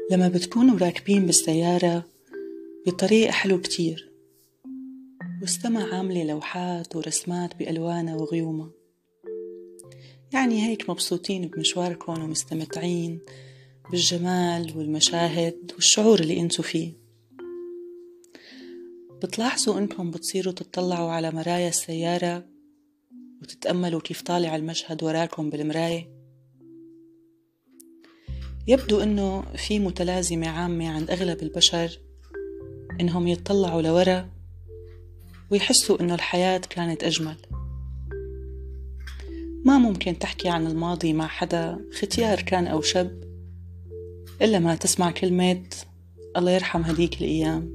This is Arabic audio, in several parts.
لما بتكونوا راكبين بالسيارة بطريق حلو كتير والسما عاملة لوحات ورسمات بألوانها وغيومها، يعني هيك مبسوطين بمشواركم ومستمتعين بالجمال والمشاهد والشعور اللي انتوا فيه. بتلاحظوا انكم بتصيروا تطلعوا على مرايا السيارة وتتأملوا كيف طالع المشهد وراكم بالمراية. يبدو انه في متلازمة عامة عند اغلب البشر انهم يتطلعوا لورا ويحسوا انه الحياة كانت اجمل. ما ممكن تحكي عن الماضي مع حدا ختيار كان او شاب إلا ما تسمع كلمة الله يرحم هديك الأيام،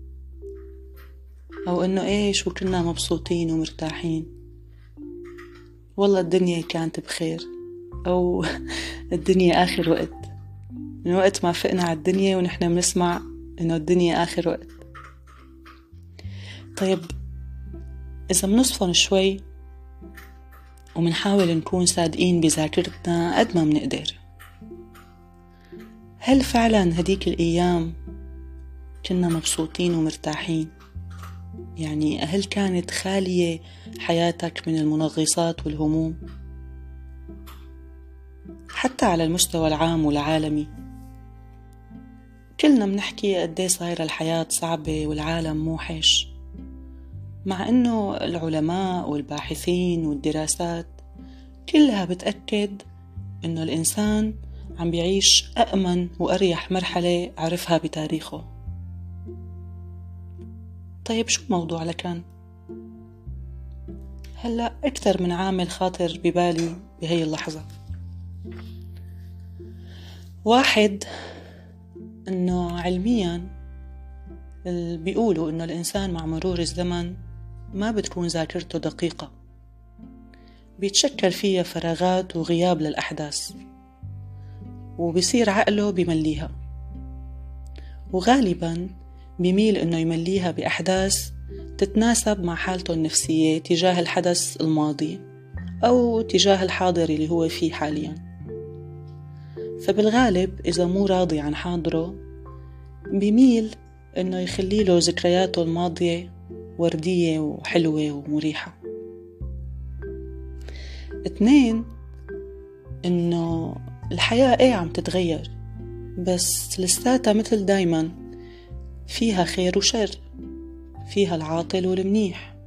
أو إنه إيش وكنا مبسوطين ومرتاحين، والله الدنيا كانت بخير، أو الدنيا آخر وقت، من وقت ما فقنا على الدنيا ونحن بنسمع إنه الدنيا آخر وقت. طيب إذا منصفن شوي ومنحاول نكون صادقين بذاكرتنا قد ما منقدر، هل فعلا هديك الأيام كنا مبسوطين ومرتاحين؟ يعني هل كانت خالية حياتك من المنغصات والهموم؟ حتى على المستوى العام والعالمي كلنا منحكي قديه صايرة الحياة صعبة والعالم موحش، مع انه العلماء والباحثين والدراسات كلها بتأكد انه الانسان عم بيعيش أأمن وأريح مرحلة عرفها بتاريخه. طيب شو موضوع لكان؟ هلأ أكثر من عامل خاطر ببالي بهي اللحظة. واحد، إنه علمياً بيقولوا إنه الإنسان مع مرور الزمن ما بتكون ذاكرته دقيقة، بيتشكل فيها فراغات وغياب للأحداث، وبصير عقله بيمليها، وغالباً بيميل إنه يمليها بأحداث تتناسب مع حالته النفسية تجاه الحدث الماضي أو تجاه الحاضر اللي هو فيه حالياً. فبالغالب إذا مو راضي عن حاضره بيميل إنه يخليله ذكرياته الماضية وردية وحلوة ومريحة. 2، إنه الحياة عم تتغير، بس لساتها مثل دايماً فيها خير وشر، فيها العاطل والمنيح،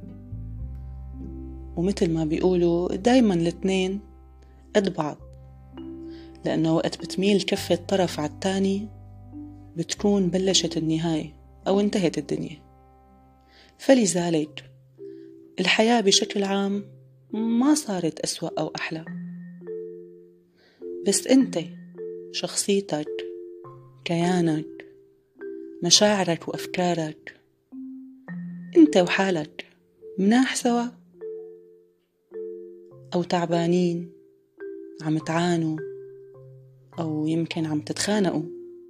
ومثل ما بيقولوا دايما الاثنين قد بعض، لأنه وقت بتميل كفة طرف على التاني بتكون بلشت النهاية أو انتهت الدنيا. فلذلك الحياة بشكل عام ما صارت أسوأ أو أحلى، بس أنت شخصيتك، كيانك، مشاعرك وأفكارك، أنت وحالك مناح سوا أو تعبانين عم تعانوا أو يمكن عم تتخانقوا.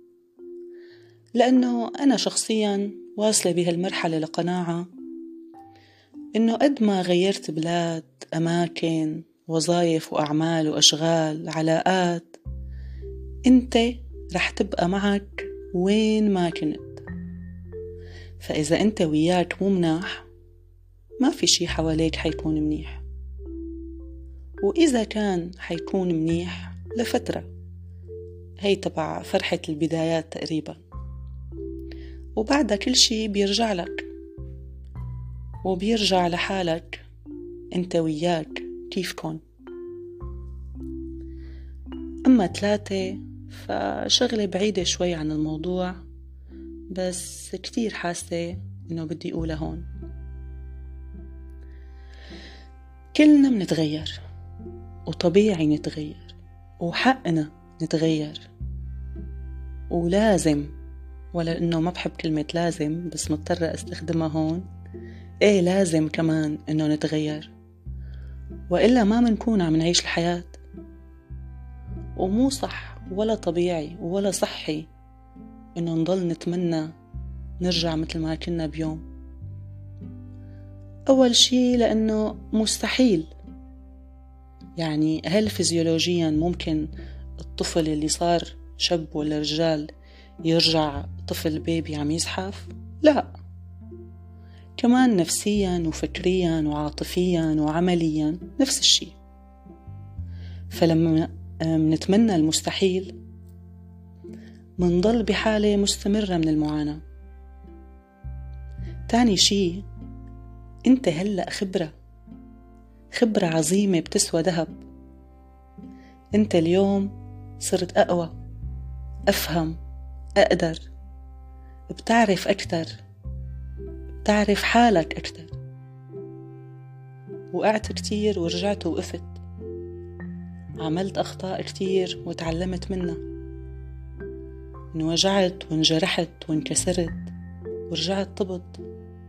لأنه أنا شخصياً واصلة بهالمرحلة لقناعة إنه قد ما غيرت بلاد، أماكن، وظائف وأعمال وأشغال، علاقات، أنت رح تبقى معك وين ما كنت. فإذا أنت وياك مو مناح ما في شي حواليك حيكون منيح، وإذا كان حيكون منيح لفترة، هي تبع فرحة البدايات تقريبا، وبعدها كل شي بيرجع لك وبيرجع لحالك أنت وياك كيفكن. أما 3 فشغلة بعيدة شوي عن الموضوع، بس كتير حاسة إنه بدي أقولها هون. كلنا منتغير وطبيعي نتغير وحقنا نتغير ولازم، ولا إنه ما بحب كلمة لازم بس مضطرة أستخدمها هون، لازم كمان إنه نتغير، وإلا ما منكون عم نعيش الحياة. ومو صح ولا طبيعي ولا صحي إنه نضل نتمنى نرجع مثل ما كنا بيوم. أول شي لأنه مستحيل، يعني هل فيزيولوجيا ممكن الطفل اللي صار شاب ولا رجال يرجع طفل بيبي عم يزحف؟ لا، كمان نفسيا وفكريا وعاطفيا وعمليا نفس الشيء. فلما نتمنى المستحيل منضل بحالة مستمرة من المعاناة. تاني شيء، انت هلأ خبرة عظيمة بتسوى ذهب. انت اليوم صرت أقوى، أفهم، أقدر، بتعرف أكتر، بتعرف حالك أكتر. وقعت كتير ورجعت وقفت، عملت أخطاء كتير وتعلمت منها، انوجعت وانجرحت وانكسرت ورجعت طبت.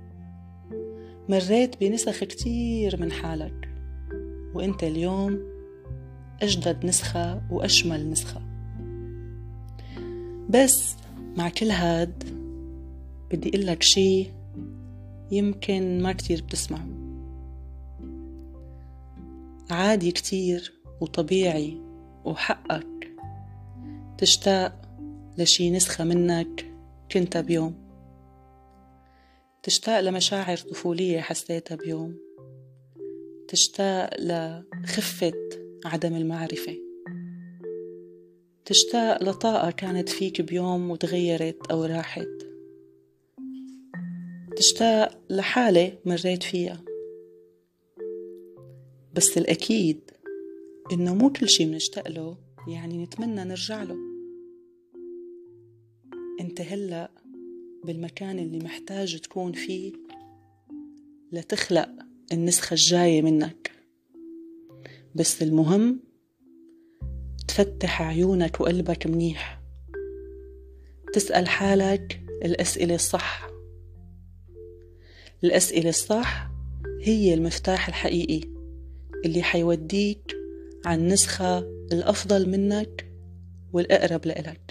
مريت بنسخ كتير من حالك، وانت اليوم أجدد نسخة وأشمل نسخة. بس مع كل هاد بدي قلك شي يمكن ما كتير بتسمعه. عادي كتير وطبيعي وحقك تشتاق لشي نسخة منك كنت بيوم، تشتاق لمشاعر طفولية حسيتها بيوم، تشتاق لخفة عدم المعرفة، تشتاق لطاقة كانت فيك بيوم وتغيرت أو راحت، تشتاق لحالة مريت فيها. بس الأكيد إنه مو كل شي منشتاق له يعني نتمنى نرجع له. انت هلأ بالمكان اللي محتاج تكون فيه لتخلق النسخة الجاية منك. بس المهم تفتح عيونك وقلبك منيح، تسأل حالك الأسئلة الصح. الأسئلة الصح هي المفتاح الحقيقي اللي حيوديك عن نسخة الأفضل منك والأقرب لإلك.